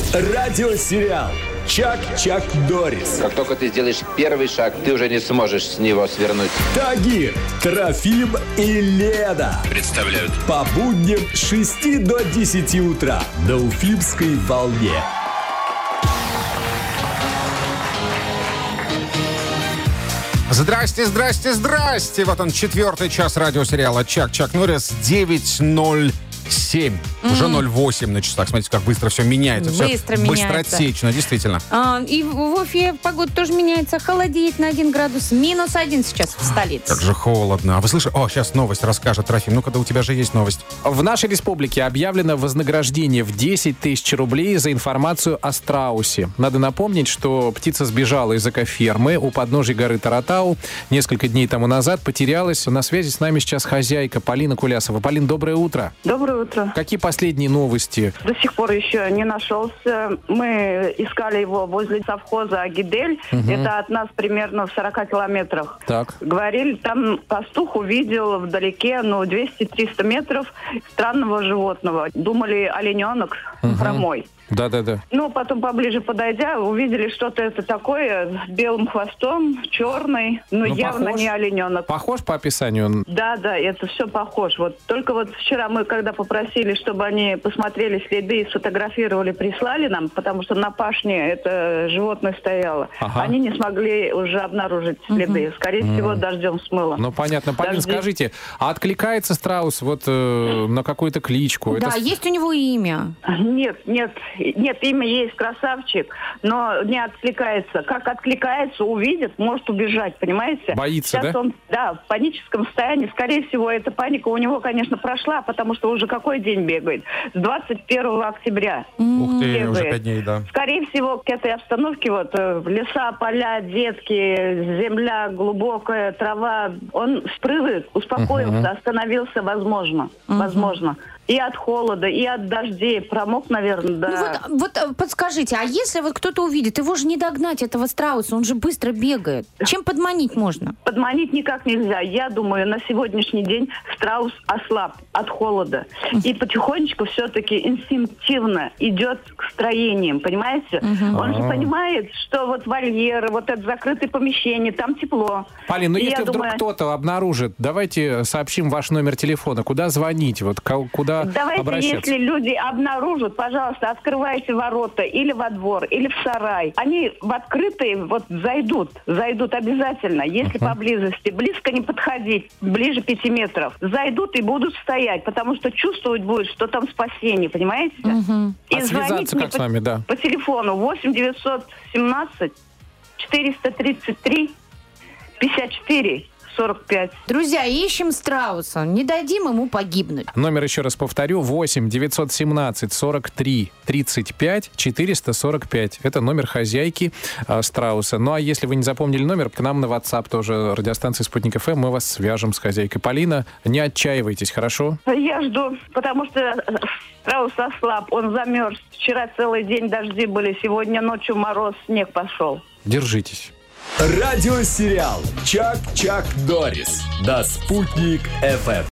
Радиосериал «Чак-Чак Доррис». Как только ты сделаешь первый шаг, ты уже не сможешь с него свернуть. Тагир, Трофим и Леда Представляют. по будням с 6 до 10 утра на Уфимской волне. Здрасте, здрасте, здрасте! Вот он, 4-й час радиосериала «Чак-Чак Норрис», 9:07. Уже 0:08 на часах. Смотрите, как быстро все меняется. Быстро все меняется. быстротечно, действительно. И в Уфе погода тоже меняется. Холодеет на 1 градус. -1 сейчас в столице. Как же холодно. А вы слышите? О, сейчас новость расскажет Трофим. Ну-ка, да у тебя же есть новость. В нашей республике объявлено вознаграждение в 10 тысяч рублей за информацию о страусе. Надо напомнить, что птица сбежала из экофермы у подножия горы Таратау несколько дней тому назад, потерялась. На связи с нами сейчас хозяйка Полина Кулясова. Полин, доброе утро. Доброе утро. Какие последние новости? До сих пор еще не нашелся. Мы искали его возле совхоза Агидель. Это от нас примерно в 40 километрах. Так. Говорили, там пастух увидел вдалеке, 200-300 метров странного животного. Думали, олененок хромой. Да-да-да. Потом поближе подойдя, увидели что-то это такое с белым хвостом, черный, явно похож? не олененок. Похож по описанию? Да, это все похож. Только вчера мы, когда попросили, чтобы они посмотрели следы и сфотографировали, прислали нам, потому что на пашне это животное стояло. Ага. Они не смогли уже обнаружить следы. Скорее всего, дождем смыло. Понятно. Полин, скажите, а откликается страус на какую-то кличку? Да, есть у него имя. Нет, имя есть, красавчик, но не откликается. Как откликается, увидит, может убежать, понимаете? Боится, сейчас да? Он, в паническом состоянии. Скорее всего, эта паника у него, конечно, прошла, потому что уже какой день бегает? С 21 октября. Ух ты, бегает. уже 5 дней, да. Скорее всего, к этой обстановке, леса, поля, детки, земля глубокая, трава, он спрыгнет, успокоился, остановился, возможно. И от холода, и от дождей. Промок, наверное, да. Подскажите, а если кто-то увидит, его же не догнать, этого страуса, он же быстро бегает. Чем подманить можно? Подманить никак нельзя. Я думаю, на сегодняшний день страус ослаб от холода. И потихонечку все-таки инстинктивно идет к строениям, понимаете? Он же понимает, что вольеры, это закрытое помещение, там тепло. Полин, если вдруг кто-то обнаружит, давайте сообщим ваш номер телефона. Куда звонить? Куда Давайте, обращаться? если люди обнаружат, пожалуйста, открывайте ворота или во двор, или в сарай. Они в открытые зайдут обязательно, если поблизости. Близко не подходить, ближе 5 метров. Зайдут и будут стоять, потому что чувствовать будет, что там спасение, понимаете? И связаться как с вами, да? По телефону 8 917 433 54 45. Друзья, ищем страуса. Не дадим ему погибнуть. Номер, еще раз повторю, 8 917 43 35 445. Это номер хозяйки страуса. А если вы не запомнили номер, к нам на WhatsApp тоже радиостанции «Спутник ФМ», мы вас свяжем с хозяйкой. Полина, не отчаивайтесь, хорошо? Я жду, потому что страус ослаб, он замерз. Вчера целый день дожди были, сегодня ночью мороз, снег пошел. Держитесь. Радиосериал «Чак-Чак Доррис» на Спутник ФМ.